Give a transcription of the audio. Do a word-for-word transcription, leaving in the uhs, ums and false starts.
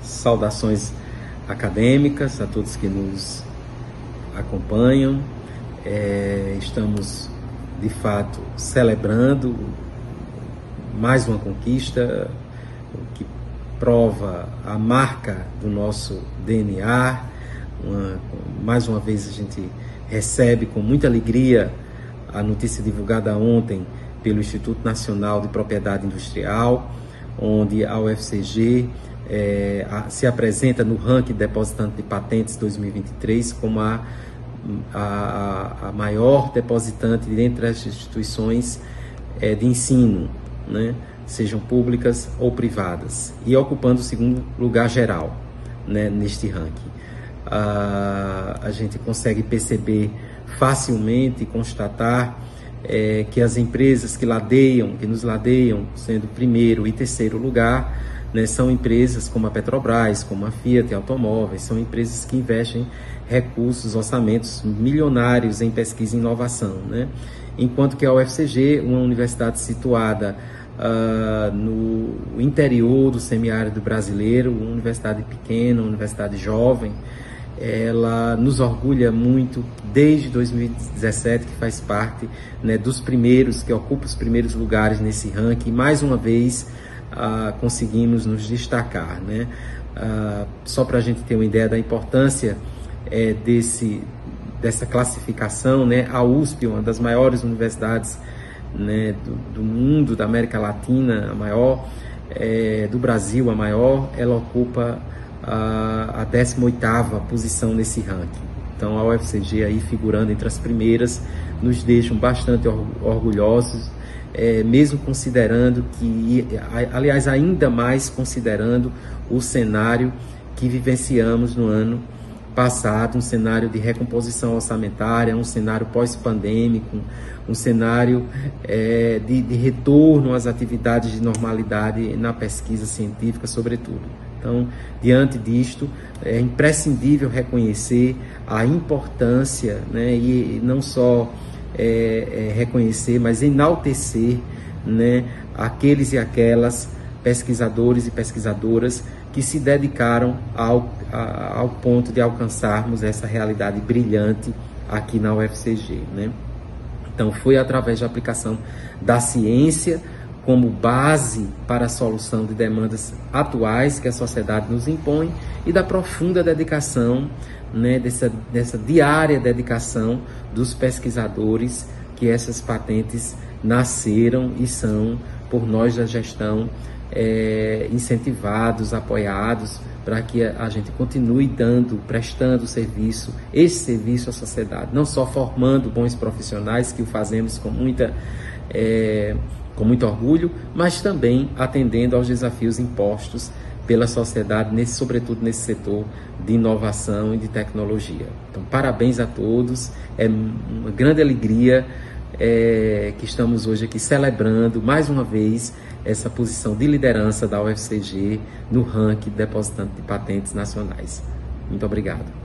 Saudações acadêmicas a todos que nos acompanham. É, estamos, de fato, celebrando mais uma conquista, o que prova a marca do nosso D N A. Uma, mais uma vez a gente recebe com muita alegria a notícia divulgada ontem pelo Instituto Nacional de Propriedade Industrial, onde a U F C G é, a, se apresenta no ranking depositante de patentes dois mil e vinte e três como a, a, a maior depositante dentre as instituições é, de ensino, né, sejam públicas ou privadas, e ocupando o segundo lugar geral, né, neste ranking. A, a gente consegue perceber facilmente e constatar é, que as empresas que ladeiam, que nos ladeiam, sendo primeiro e terceiro lugar, né, são empresas como a Petrobras, como a Fiat Automóveis, são empresas que investem recursos, orçamentos milionários em pesquisa e inovação, né? Enquanto que a U F C G, uma universidade situada uh, no interior do semiárido brasileiro, uma universidade pequena, uma universidade jovem, ela nos orgulha muito desde dois mil e dezessete, que faz parte, né, dos primeiros, que ocupa os primeiros lugares nesse ranking. Mais uma vez uh, conseguimos nos destacar, né? Uh, só para a gente ter uma ideia da importância é, desse, dessa classificação, né? A U S P, uma das maiores universidades, né, do, do mundo, da América Latina, a maior, é, do Brasil, a maior, ela ocupa a décima oitava posição nesse ranking. Então a U F C G aí figurando entre as primeiras nos deixam bastante orgulhosos, é, mesmo considerando que, aliás, ainda mais considerando o cenário que vivenciamos no ano passado, um cenário de recomposição orçamentária, um cenário pós-pandêmico, um cenário é, de, de retorno às atividades de normalidade na pesquisa científica, sobretudo. Então, diante disto, é imprescindível reconhecer a importância, né, e não só é, é, reconhecer, mas enaltecer, né, aqueles e aquelas pesquisadores e pesquisadoras que se dedicaram ao, a, ao ponto de alcançarmos essa realidade brilhante aqui na U F C G, né? Então, foi através da aplicação da ciência como base para a solução de demandas atuais que a sociedade nos impõe e da profunda dedicação, né, dessa, dessa diária dedicação dos pesquisadores que essas patentes nasceram e são, por nós da gestão, é, incentivados, apoiados, para que a, a gente continue dando, prestando serviço, esse serviço à sociedade, não só formando bons profissionais, que o fazemos com muita... É, com muito orgulho, mas também atendendo aos desafios impostos pela sociedade, nesse, sobretudo nesse setor de inovação e de tecnologia. Então, parabéns a todos, é uma grande alegria é, que estamos hoje aqui celebrando mais uma vez essa posição de liderança da U F C G no ranking depositante de patentes nacionais. Muito obrigado.